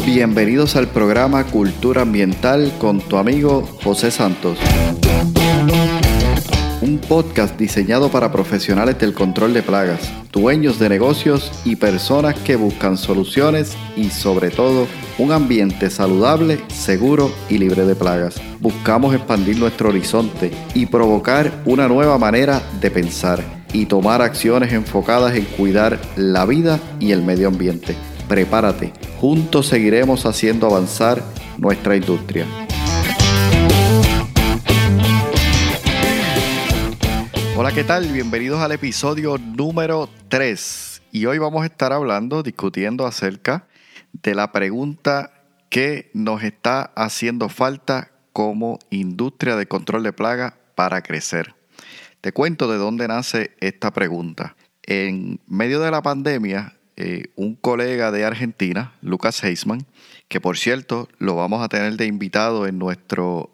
Bienvenidos al programa Cultura Ambiental con tu amigo José Santos. Un podcast diseñado para profesionales del control de plagas, dueños de negocios y personas que buscan soluciones y, sobre todo, un ambiente saludable, seguro y libre de plagas. Buscamos expandir nuestro horizonte y provocar una nueva manera de pensar y tomar acciones enfocadas en cuidar la vida y el medio ambiente. Prepárate, juntos seguiremos haciendo avanzar nuestra industria. Hola, ¿qué tal? Bienvenidos al episodio número 3. Y hoy vamos a estar discutiendo acerca de la pregunta que nos está haciendo falta como industria de control de plagas para crecer. Te cuento de dónde nace esta pregunta. En medio de la pandemia, un colega de Argentina, Lucas Heisman, que por cierto lo vamos a tener de invitado en nuestro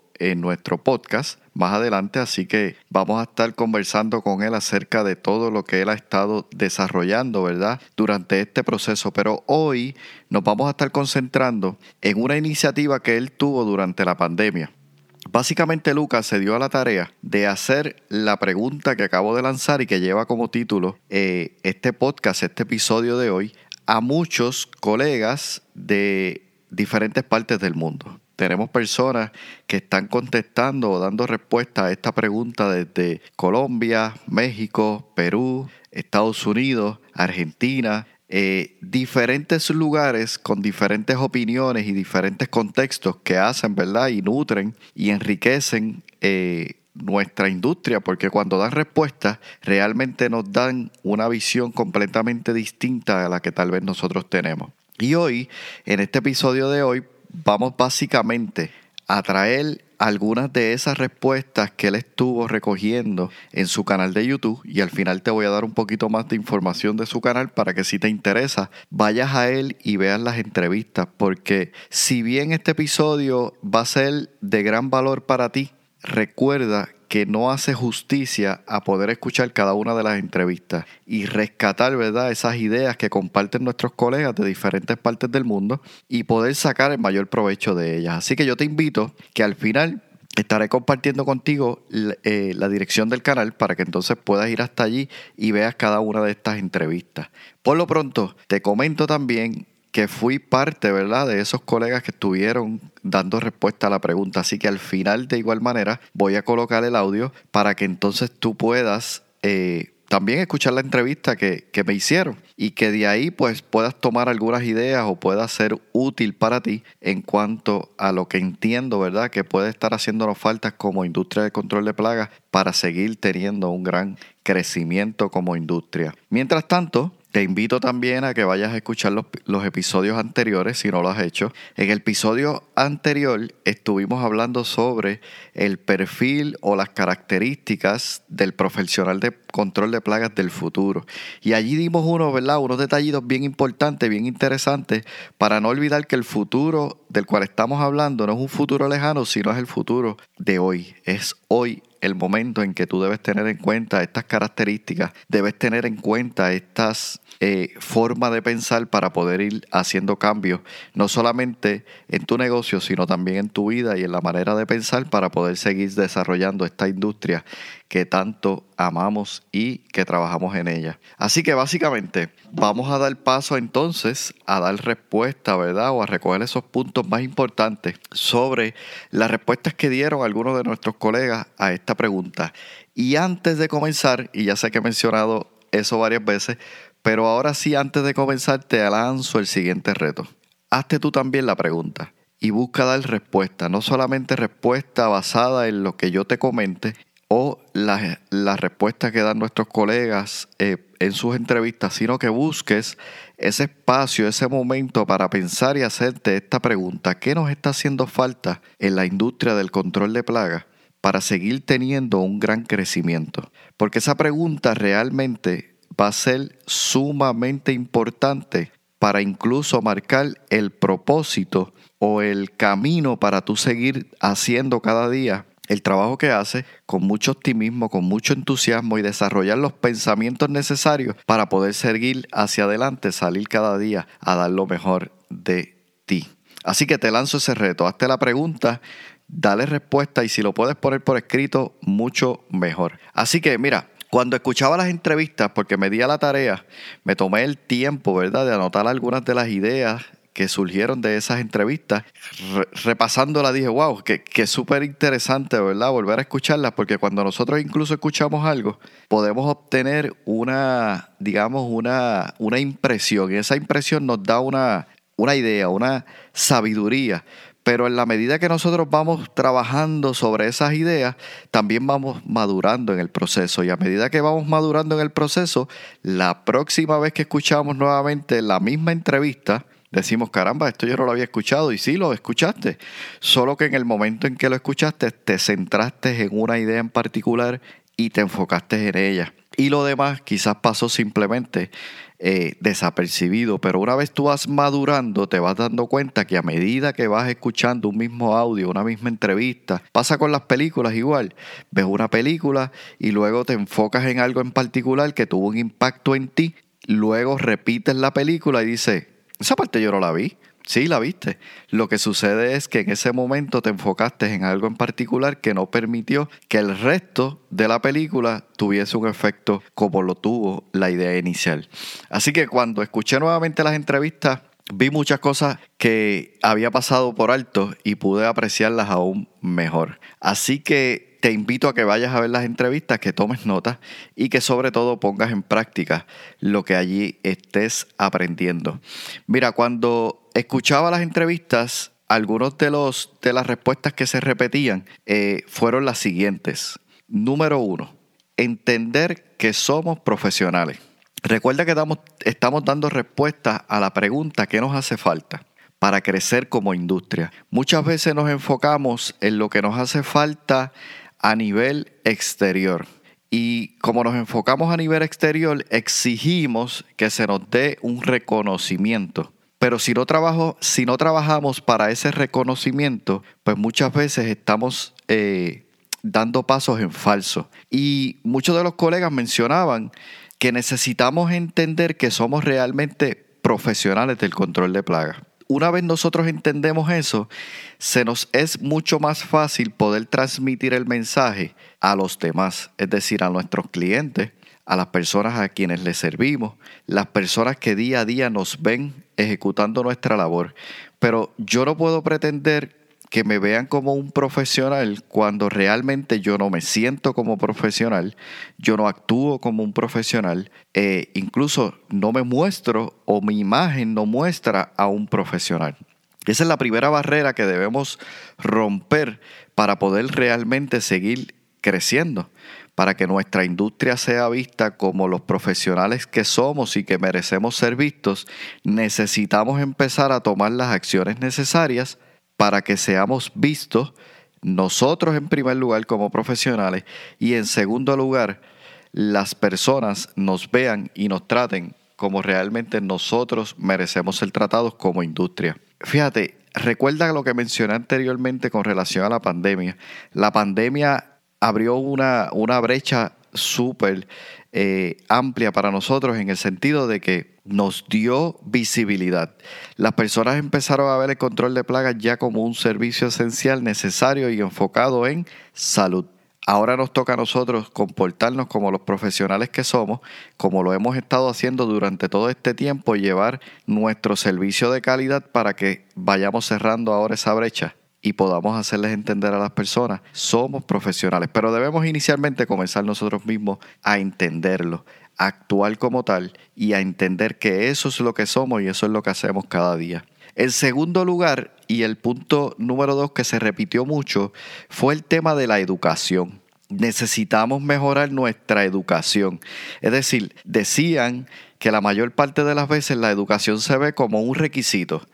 podcast más adelante, así que vamos a estar conversando con él acerca de todo lo que él ha estado desarrollando, ¿verdad?, durante este proceso. Pero hoy nos vamos a estar concentrando en una iniciativa que él tuvo durante la pandemia. Básicamente, Lucas se dio a la tarea de hacer la pregunta que acabo de lanzar y que lleva como título este podcast, este episodio de hoy, a muchos colegas de diferentes partes del mundo. Tenemos personas que están contestando o dando respuesta a esta pregunta desde Colombia, México, Perú, Estados Unidos, Argentina, diferentes lugares con diferentes opiniones y diferentes contextos que hacen, ¿verdad?, y nutren y enriquecen nuestra industria, porque cuando dan respuestas realmente nos dan una visión completamente distinta a la que tal vez nosotros tenemos. Y hoy, en este episodio de hoy, vamos básicamente a traer algunas de esas respuestas que él estuvo recogiendo en su canal de YouTube, y al final te voy a dar un poquito más de información de su canal para que, si te interesa, vayas a él y veas las entrevistas, porque si bien este episodio va a ser de gran valor para ti, recuerda que no hace justicia a poder escuchar cada una de las entrevistas y rescatar, ¿verdad?, esas ideas que comparten nuestros colegas de diferentes partes del mundo y poder sacar el mayor provecho de ellas. Así que yo te invito que al final estaré compartiendo contigo la dirección del canal para que entonces puedas ir hasta allí y veas cada una de estas entrevistas. Por lo pronto, te comento también que fui parte, ¿verdad?, de esos colegas que estuvieron dando respuesta a la pregunta. Así que al final, de igual manera, voy a colocar el audio para que entonces tú puedas también escuchar la entrevista que me hicieron y que de ahí pues puedas tomar algunas ideas o pueda ser útil para ti en cuanto a lo que entiendo, ¿verdad?, que puede estar haciéndonos falta como industria de control de plagas para seguir teniendo un gran crecimiento como industria. Mientras tanto, te invito también a que vayas a escuchar los episodios anteriores si no lo has hecho. En el episodio anterior estuvimos hablando sobre el perfil o las características del profesional de control de plagas del futuro. Y allí dimos unos detallitos bien importantes, bien interesantes, para no olvidar que el futuro del cual estamos hablando no es un futuro lejano, sino es el futuro de hoy. Es hoy el momento en que tú debes tener en cuenta estas características, debes tener en cuenta estas formas de pensar para poder ir haciendo cambios, no solamente en tu negocio, sino también en tu vida y en la manera de pensar para poder seguir desarrollando esta industria que tanto amamos y que trabajamos en ella. Así que básicamente vamos a dar paso entonces a dar respuesta, ¿verdad?, o a recoger esos puntos más importantes sobre las respuestas que dieron algunos de nuestros colegas a esta pregunta. Y antes de comenzar, y ya sé que he mencionado eso varias veces, pero ahora sí, antes de comenzar, te lanzo el siguiente reto. Hazte tú también la pregunta y busca dar respuesta, no solamente respuesta basada en lo que yo te comente o las respuestas que dan nuestros colegas en sus entrevistas, sino que busques ese espacio, ese momento para pensar y hacerte esta pregunta. ¿Qué nos está haciendo falta en la industria del control de plagas para seguir teniendo un gran crecimiento? Porque esa pregunta realmente va a ser sumamente importante para incluso marcar el propósito o el camino para tú seguir haciendo cada día el trabajo que haces con mucho optimismo, con mucho entusiasmo y desarrollar los pensamientos necesarios para poder seguir hacia adelante, salir cada día a dar lo mejor de ti. Así que te lanzo ese reto, hazte la pregunta, dale respuesta y si lo puedes poner por escrito, mucho mejor. Así que mira, cuando escuchaba las entrevistas, porque me di a la tarea, me tomé el tiempo, ¿verdad?, de anotar algunas de las ideas que surgieron de esas entrevistas. Repasándolas dije, wow, que súper interesante, ¿verdad?, volver a escucharlas, porque cuando nosotros incluso escuchamos algo, podemos obtener una impresión, y esa impresión nos da una idea, una sabiduría. Pero en la medida que nosotros vamos trabajando sobre esas ideas, también vamos madurando en el proceso. Y a medida que vamos madurando en el proceso, la próxima vez que escuchamos nuevamente la misma entrevista, decimos, caramba, esto yo no lo había escuchado. Y sí, lo escuchaste. Solo que en el momento en que lo escuchaste, te centraste en una idea en particular y te enfocaste en ella. Y lo demás quizás pasó simplemente desapercibido, pero una vez tú vas madurando, te vas dando cuenta que a medida que vas escuchando un mismo audio, una misma entrevista, pasa con las películas igual. Ves una película y luego te enfocas en algo en particular que tuvo un impacto en ti, luego repites la película y dices, esa parte yo no la vi. Sí, la viste. Lo que sucede es que en ese momento te enfocaste en algo en particular que no permitió que el resto de la película tuviese un efecto como lo tuvo la idea inicial. Así que cuando escuché nuevamente las entrevistas, vi muchas cosas que había pasado por alto y pude apreciarlas aún mejor. Así que te invito a que vayas a ver las entrevistas, que tomes notas y que sobre todo pongas en práctica lo que allí estés aprendiendo. Mira, cuando escuchaba las entrevistas, algunos de las respuestas que se repetían fueron las siguientes. Número 1, entender que somos profesionales. Recuerda que estamos dando respuestas a la pregunta ¿qué nos hace falta para crecer como industria? Muchas veces nos enfocamos en lo que nos hace falta a nivel exterior. Y como nos enfocamos a nivel exterior, exigimos que se nos dé un reconocimiento. Pero si no trabajamos para ese reconocimiento, pues muchas veces estamos dando pasos en falso. Y muchos de los colegas mencionaban que necesitamos entender que somos realmente profesionales del control de plagas. Una vez nosotros entendemos eso, se nos es mucho más fácil poder transmitir el mensaje a los demás, es decir, a nuestros clientes, a las personas a quienes les servimos, las personas que día a día nos ven ejecutando nuestra labor. Pero yo no puedo pretender que me vean como un profesional cuando realmente yo no me siento como profesional, yo no actúo como un profesional, incluso no me muestro o mi imagen no muestra a un profesional. Esa es la primera barrera que debemos romper para poder realmente seguir creciendo, para que nuestra industria sea vista como los profesionales que somos y que merecemos ser vistos. Necesitamos empezar a tomar las acciones necesarias para que seamos vistos nosotros en primer lugar como profesionales y en segundo lugar las personas nos vean y nos traten como realmente nosotros merecemos ser tratados como industria. Fíjate, recuerda lo que mencioné anteriormente con relación a la pandemia. La pandemia abrió una brecha súper amplia para nosotros en el sentido de que nos dio visibilidad. Las personas empezaron a ver el control de plagas ya como un servicio esencial, necesario y enfocado en salud. Ahora nos toca a nosotros comportarnos como los profesionales que somos, como lo hemos estado haciendo durante todo este tiempo, y llevar nuestro servicio de calidad para que vayamos cerrando ahora esa brecha y podamos hacerles entender a las personas, somos profesionales, pero debemos inicialmente comenzar nosotros mismos a entenderlo, a actuar como tal y a entender que eso es lo que somos y eso es lo que hacemos cada día. En segundo lugar, y el punto número 2 que se repitió mucho, fue el tema de la educación. Necesitamos mejorar nuestra educación. Es decir, decían que la mayor parte de las veces la educación se ve como un requisito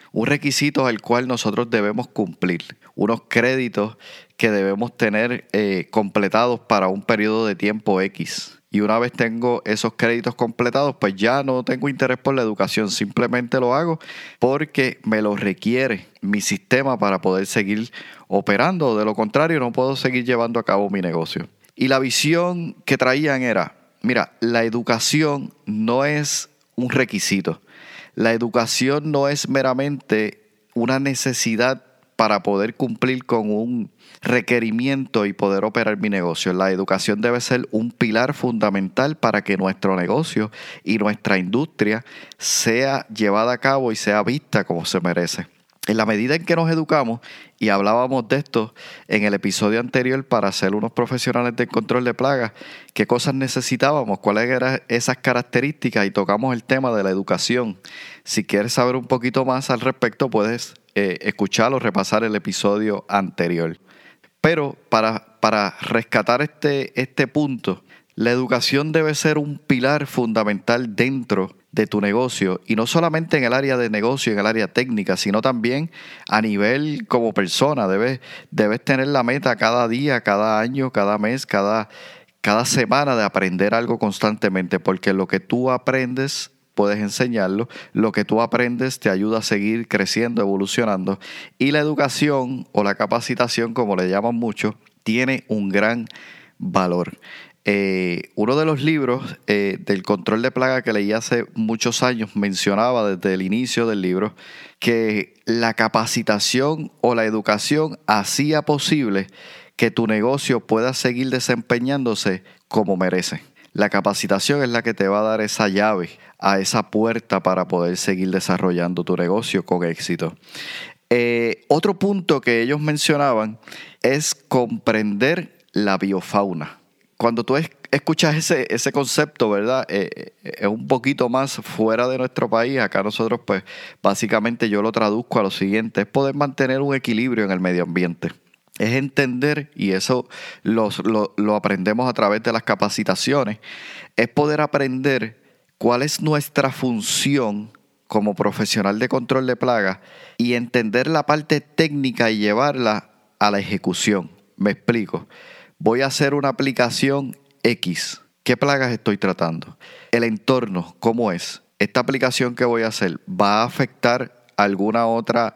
al cual nosotros debemos cumplir, unos créditos que debemos tener completados para un periodo de tiempo X. Y una vez tengo esos créditos completados, pues ya no tengo interés por la educación, simplemente lo hago porque me lo requiere mi sistema para poder seguir operando. De lo contrario, no puedo seguir llevando a cabo mi negocio. Y la visión que traían era, mira, la educación no es un requisito. La educación no es meramente una necesidad para poder cumplir con un requerimiento y poder operar mi negocio. La educación debe ser un pilar fundamental para que nuestro negocio y nuestra industria sea llevada a cabo y sea vista como se merece. En la medida en que nos educamos, y hablábamos de esto en el episodio anterior para ser unos profesionales del control de plagas, qué cosas necesitábamos, cuáles eran esas características, y tocamos el tema de la educación. Si quieres saber un poquito más al respecto, puedes escuchar o repasar el episodio anterior. Pero para rescatar este punto, la educación debe ser un pilar fundamental dentro de tu negocio, y no solamente en el área de negocio, en el área técnica, sino también a nivel como persona. Debes tener la meta cada día, cada año, cada mes, cada semana de aprender algo constantemente, porque lo que tú aprendes puedes enseñarlo, lo que tú aprendes te ayuda a seguir creciendo, evolucionando, y la educación o la capacitación, como le llaman muchos, tiene un gran valor. Uno de los libros del control de plaga que leí hace muchos años mencionaba desde el inicio del libro que la capacitación o la educación hacía posible que tu negocio pueda seguir desempeñándose como merece. La capacitación es la que te va a dar esa llave a esa puerta para poder seguir desarrollando tu negocio con éxito. Otro punto que ellos mencionaban es comprender la biofauna. Cuando tú escuchas ese concepto, ¿verdad? Es un poquito más fuera de nuestro país. Acá nosotros, pues, básicamente yo lo traduzco a lo siguiente: es poder mantener un equilibrio en el medio ambiente. Es entender, y eso lo aprendemos a través de las capacitaciones, es poder aprender cuál es nuestra función como profesional de control de plagas y entender la parte técnica y llevarla a la ejecución. Me explico. Voy a hacer una aplicación X. ¿Qué plagas estoy tratando? El entorno, ¿cómo es? ¿Esta aplicación que voy a hacer va a afectar alguna otra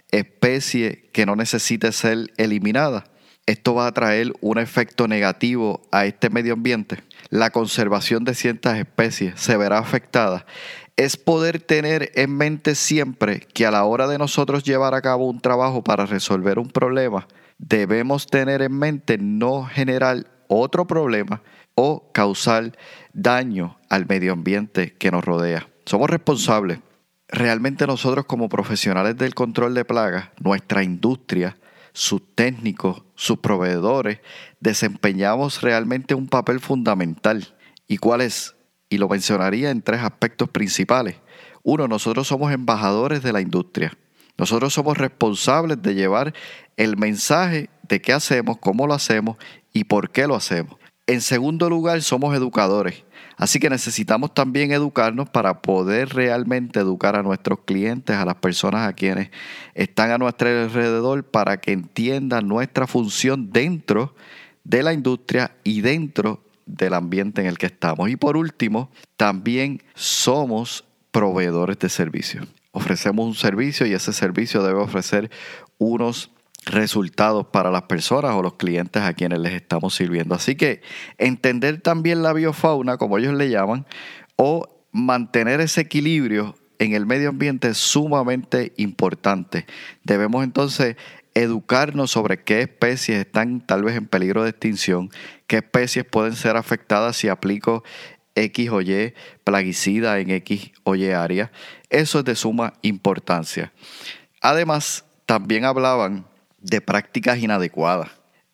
especie que no necesite ser eliminada? ¿Esto va a traer un efecto negativo a este medio ambiente? ¿La conservación de ciertas especies se verá afectada? Es poder tener en mente siempre que a la hora de nosotros llevar a cabo un trabajo para resolver un problema, debemos tener en mente no generar otro problema o causar daño al medio ambiente que nos rodea. Somos responsables. Realmente nosotros, como profesionales del control de plagas, nuestra industria, sus técnicos, sus proveedores, desempeñamos realmente un papel fundamental. ¿Y cuál es? Y lo mencionaría en 3 aspectos principales. 1, nosotros somos embajadores de la industria. Nosotros somos responsables de llevar el mensaje de qué hacemos, cómo lo hacemos y por qué lo hacemos. En segundo lugar, somos educadores. Así que necesitamos también educarnos para poder realmente educar a nuestros clientes, a las personas a quienes están a nuestro alrededor, para que entiendan nuestra función dentro de la industria y dentro del ambiente en el que estamos. Y por último, también somos proveedores de servicios. Ofrecemos un servicio y ese servicio debe ofrecer unos resultados para las personas o los clientes a quienes les estamos sirviendo. Así que entender también la biofauna, como ellos le llaman, o mantener ese equilibrio en el medio ambiente es sumamente importante. Debemos entonces educarnos sobre qué especies están tal vez en peligro de extinción, qué especies pueden ser afectadas si aplico X o Y plaguicida en X o Y área. Eso es de suma importancia. Además, también hablaban de prácticas inadecuadas.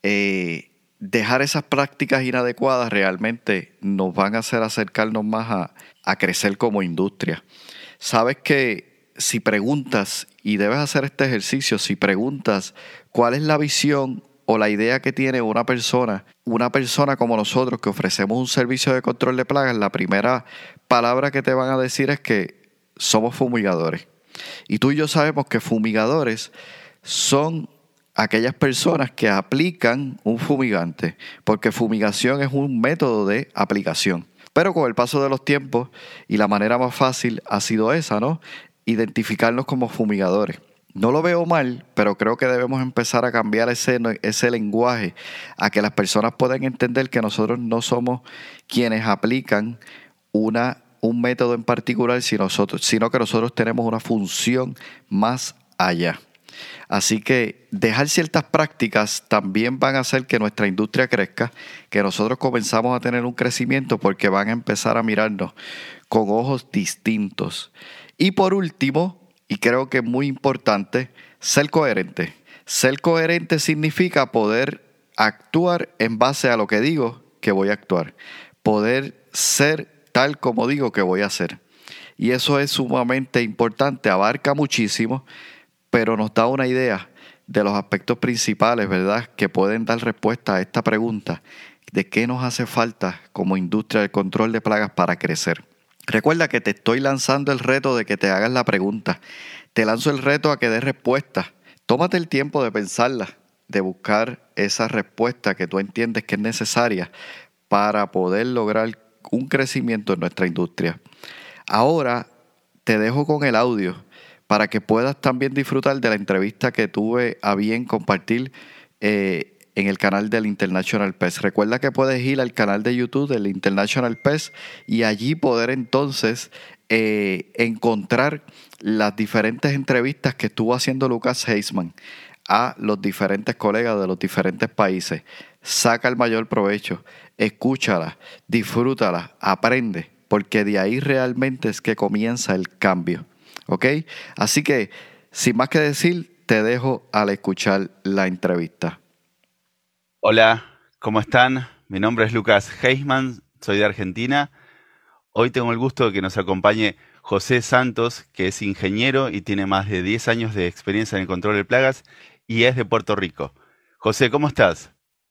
Dejar esas prácticas inadecuadas realmente nos van a hacer acercarnos más a crecer como industria. Sabes que si preguntas, y debes hacer este ejercicio, si preguntas cuál es la visión o la idea que tiene una persona como nosotros que ofrecemos un servicio de control de plagas, la primera palabra que te van a decir es que somos fumigadores. Y tú y yo sabemos que fumigadores son aquellas personas que aplican un fumigante, porque fumigación es un método de aplicación. Pero con el paso de los tiempos y la manera más fácil ha sido esa, ¿no? Identificarnos como fumigadores. No lo veo mal, pero creo que debemos empezar a cambiar ese lenguaje, a que las personas puedan entender que nosotros no somos quienes aplican un método en particular, sino que nosotros tenemos una función más allá. Así que dejar ciertas prácticas también van a hacer que nuestra industria crezca, que nosotros comenzamos a tener un crecimiento porque van a empezar a mirarnos con ojos distintos. Y por último, y creo que es muy importante, ser coherente. Ser coherente significa poder actuar en base a lo que digo que voy a actuar. Poder ser tal como digo que voy a hacer. Y eso es sumamente importante, abarca muchísimo, pero nos da una idea de los aspectos principales, ¿verdad?, que pueden dar respuesta a esta pregunta de qué nos hace falta como industria del control de plagas para crecer. Recuerda que te estoy lanzando el reto de que te hagas la pregunta. Te lanzo el reto a que des respuesta. Tómate el tiempo de pensarla, de buscar esa respuesta que tú entiendes que es necesaria para poder lograr un crecimiento en nuestra industria. Ahora te dejo con el audio para que puedas también disfrutar de la entrevista que tuve a bien compartir en el canal del International PES. Recuerda que puedes ir al canal de YouTube del International PES y allí poder entonces encontrar las diferentes entrevistas que estuvo haciendo Lucas Heisman a los diferentes colegas de los diferentes países. Saca el mayor provecho, escúchala, disfrútala, aprende, porque de ahí realmente es que comienza el cambio. ¿Ok? Así que, sin más que decir, te dejo al escuchar la entrevista. Hola, ¿cómo están? Mi nombre es Lucas Heisman, soy de Argentina. Hoy tengo el gusto de que nos acompañe José Santos, que es ingeniero y tiene más de 10 años de experiencia en el control de plagas y es de Puerto Rico. José, ¿cómo estás?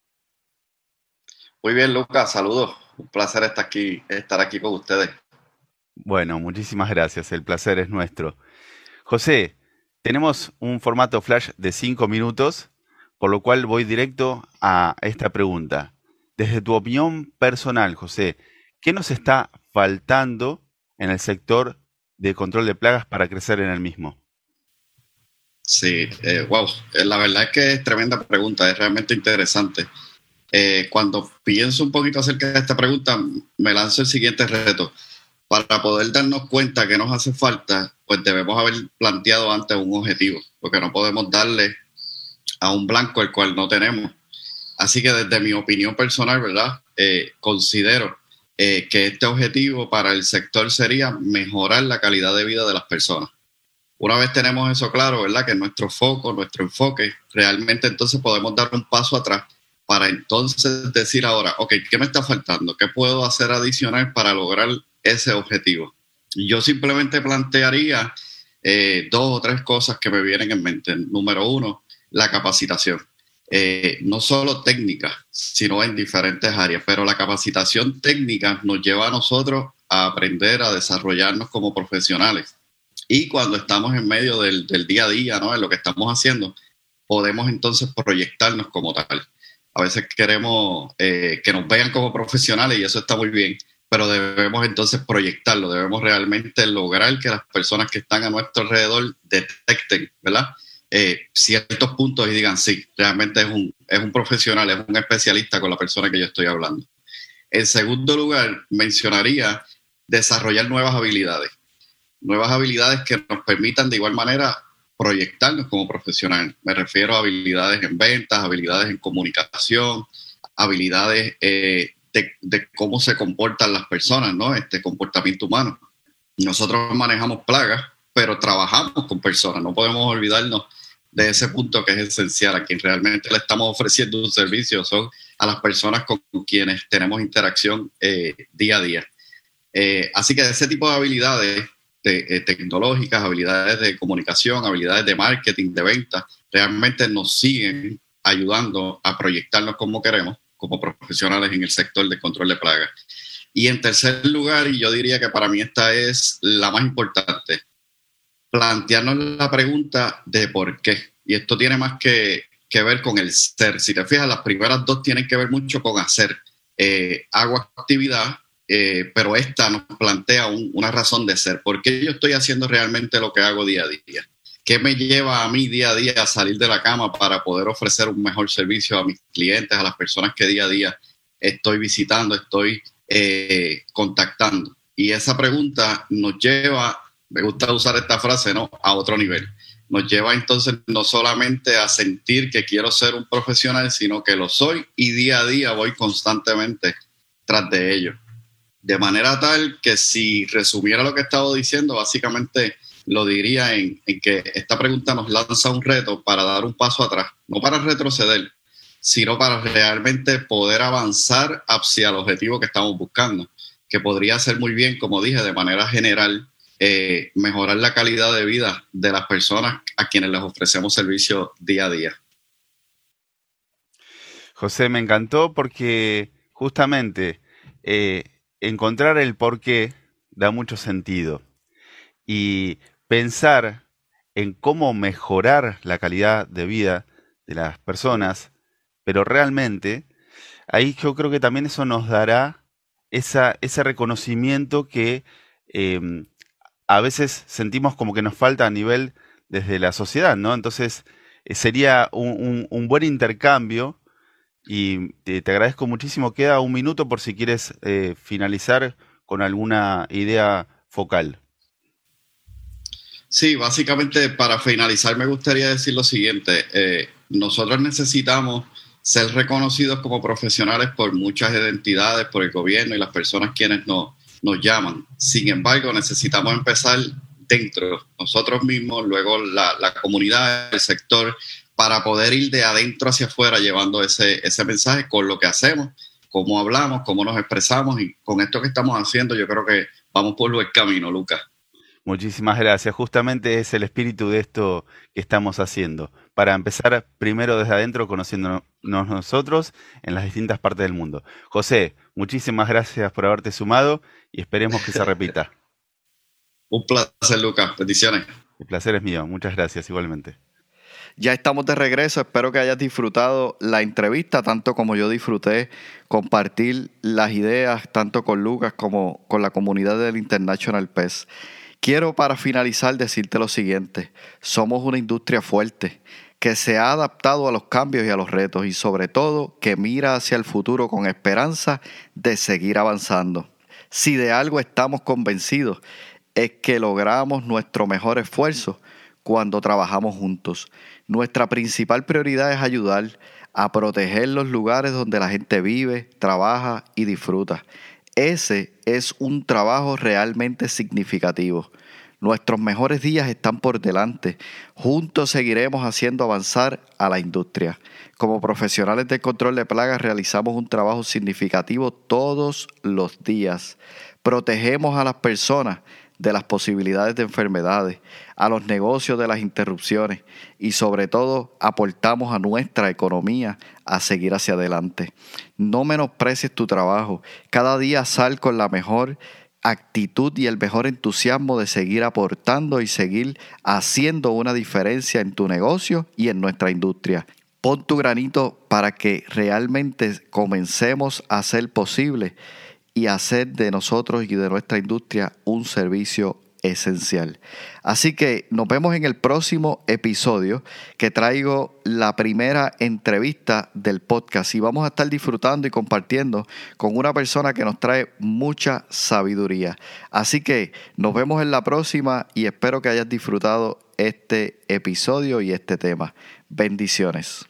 Muy bien, Lucas, saludos. Un placer estar aquí con ustedes. Bueno, muchísimas gracias, el placer es nuestro. José, tenemos un formato flash de 5 minutos, por lo cual voy directo a esta pregunta. Desde tu opinión personal, José, ¿qué nos está faltando en el sector de control de plagas para crecer en el mismo? Sí, wow, la verdad es que es tremenda pregunta, es realmente interesante. Cuando pienso un poquito acerca de esta pregunta, me lanzo el siguiente reto. Para poder darnos cuenta que nos hace falta, pues debemos haber planteado antes un objetivo, porque no podemos darle a un blanco el cual no tenemos. Así que desde mi opinión personal, ¿verdad? Considero que este objetivo para el sector sería mejorar la calidad de vida de las personas. Una vez tenemos eso claro, ¿verdad? Que es nuestro foco, nuestro enfoque, realmente entonces podemos dar un paso atrás para entonces decir ahora, ok, ¿qué me está faltando? ¿Qué puedo hacer adicional para lograr ese objetivo? Yo simplemente plantearía 2 o 3 cosas que me vienen en mente. Número 1, la capacitación. No solo técnica, sino en diferentes áreas, pero la capacitación técnica nos lleva a nosotros a aprender a desarrollarnos como profesionales. Y cuando estamos en medio del día a día, ¿no?, en lo que estamos haciendo, podemos entonces proyectarnos como tal. A veces queremos que nos vean como profesionales y eso está muy bien, pero debemos entonces proyectarlo, debemos realmente lograr que las personas que están a nuestro alrededor detecten, ¿verdad?, ciertos puntos y digan, sí, realmente es un profesional, es un especialista con la persona que yo estoy hablando. En segundo lugar, mencionaría desarrollar nuevas habilidades que nos permitan de igual manera proyectarnos como profesional. Me refiero a habilidades en ventas, habilidades en comunicación, habilidades de cómo se comportan las personas, ¿no? Este comportamiento humano. Nosotros manejamos plagas, pero trabajamos con personas. No podemos olvidarnos de ese punto que es esencial. A quien realmente le estamos ofreciendo un servicio son a las personas con quienes tenemos interacción día a día. Así que ese tipo de habilidades tecnológicas, habilidades de comunicación, habilidades de marketing, de venta, realmente nos siguen ayudando a proyectarnos como queremos, como profesionales en el sector de control de plagas. Y en tercer lugar, y yo diría que para mí esta es la más importante, plantearnos la pregunta de por qué. Y esto tiene más que ver con el ser. Si te fijas, las primeras 2 tienen que ver mucho con hacer. Hago actividad, pero esta nos plantea una razón de ser. ¿Por qué yo estoy haciendo realmente lo que hago día a día? ¿Qué me lleva a mí día a día a salir de la cama para poder ofrecer un mejor servicio a mis clientes, a las personas que día a día estoy visitando, estoy contactando? Y esa pregunta nos lleva, me gusta usar esta frase, ¿no?, a otro nivel. nos lleva entonces no solamente a sentir que quiero ser un profesional, sino que lo soy y día a día voy constantemente tras de ello. De manera tal que si resumiera lo que he estado diciendo, básicamente lo diría en que esta pregunta nos lanza un reto para dar un paso atrás, no para retroceder, sino para realmente poder avanzar hacia el objetivo que estamos buscando, que podría ser muy bien, como dije, de manera general, mejorar la calidad de vida de las personas a quienes les ofrecemos servicio día a día. José, me encantó porque justamente encontrar el porqué da mucho sentido y pensar en cómo mejorar la calidad de vida de las personas, pero realmente ahí yo creo que también eso nos dará ese reconocimiento que a veces sentimos como que nos falta a nivel desde la sociedad, ¿no? Entonces sería un buen intercambio y te agradezco muchísimo. Queda un minuto por si quieres finalizar con alguna idea focal. Sí, básicamente para finalizar me gustaría decir lo siguiente. Nosotros necesitamos ser reconocidos como profesionales por muchas entidades, por el gobierno y las personas quienes nos llaman. Sin embargo, necesitamos empezar dentro, nosotros mismos, luego la comunidad, el sector, para poder ir de adentro hacia afuera llevando ese mensaje con lo que hacemos, cómo hablamos, cómo nos expresamos, y con esto que estamos haciendo yo creo que vamos por buen camino, Lucas. Muchísimas gracias. Justamente es el espíritu de esto que estamos haciendo, para empezar primero desde adentro, conociéndonos nosotros en las distintas partes del mundo. José, muchísimas gracias por haberte sumado y esperemos que se repita. Un placer, Lucas. Bendiciones. El placer es mío. Muchas gracias, igualmente. Ya estamos de regreso. Espero que hayas disfrutado la entrevista, tanto como yo disfruté compartir las ideas, tanto con Lucas como con la comunidad del International PES. Quiero, para finalizar, decirte lo siguiente. Somos una industria fuerte que se ha adaptado a los cambios y a los retos y, sobre todo, que mira hacia el futuro con esperanza de seguir avanzando. Si de algo estamos convencidos, es que logramos nuestro mejor esfuerzo cuando trabajamos juntos. Nuestra principal prioridad es ayudar a proteger los lugares donde la gente vive, trabaja y disfruta. Ese es un trabajo realmente significativo. Nuestros mejores días están por delante. Juntos seguiremos haciendo avanzar a la industria. Como profesionales del control de plagas realizamos un trabajo significativo todos los días. Protegemos a las personas de las posibilidades de enfermedades, a los negocios de las interrupciones y sobre todo aportamos a nuestra economía a seguir hacia adelante. No menosprecies tu trabajo. Cada día sal con la mejor actitud y el mejor entusiasmo de seguir aportando y seguir haciendo una diferencia en tu negocio y en nuestra industria. Pon tu granito para que realmente comencemos a hacer posible y hacer de nosotros y de nuestra industria un servicio esencial. Así que nos vemos en el próximo episodio, que traigo la primera entrevista del podcast y vamos a estar disfrutando y compartiendo con una persona que nos trae mucha sabiduría. Así que nos vemos en la próxima y espero que hayas disfrutado este episodio y este tema. Bendiciones.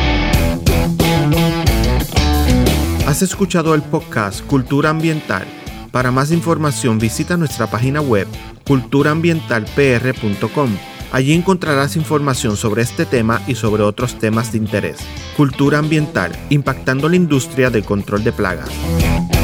Has escuchado el podcast Cultura Ambiental. Para más información visita nuestra página web culturaambientalpr.com. Allí encontrarás información sobre este tema y sobre otros temas de interés. Cultura Ambiental, impactando la industria del control de plagas.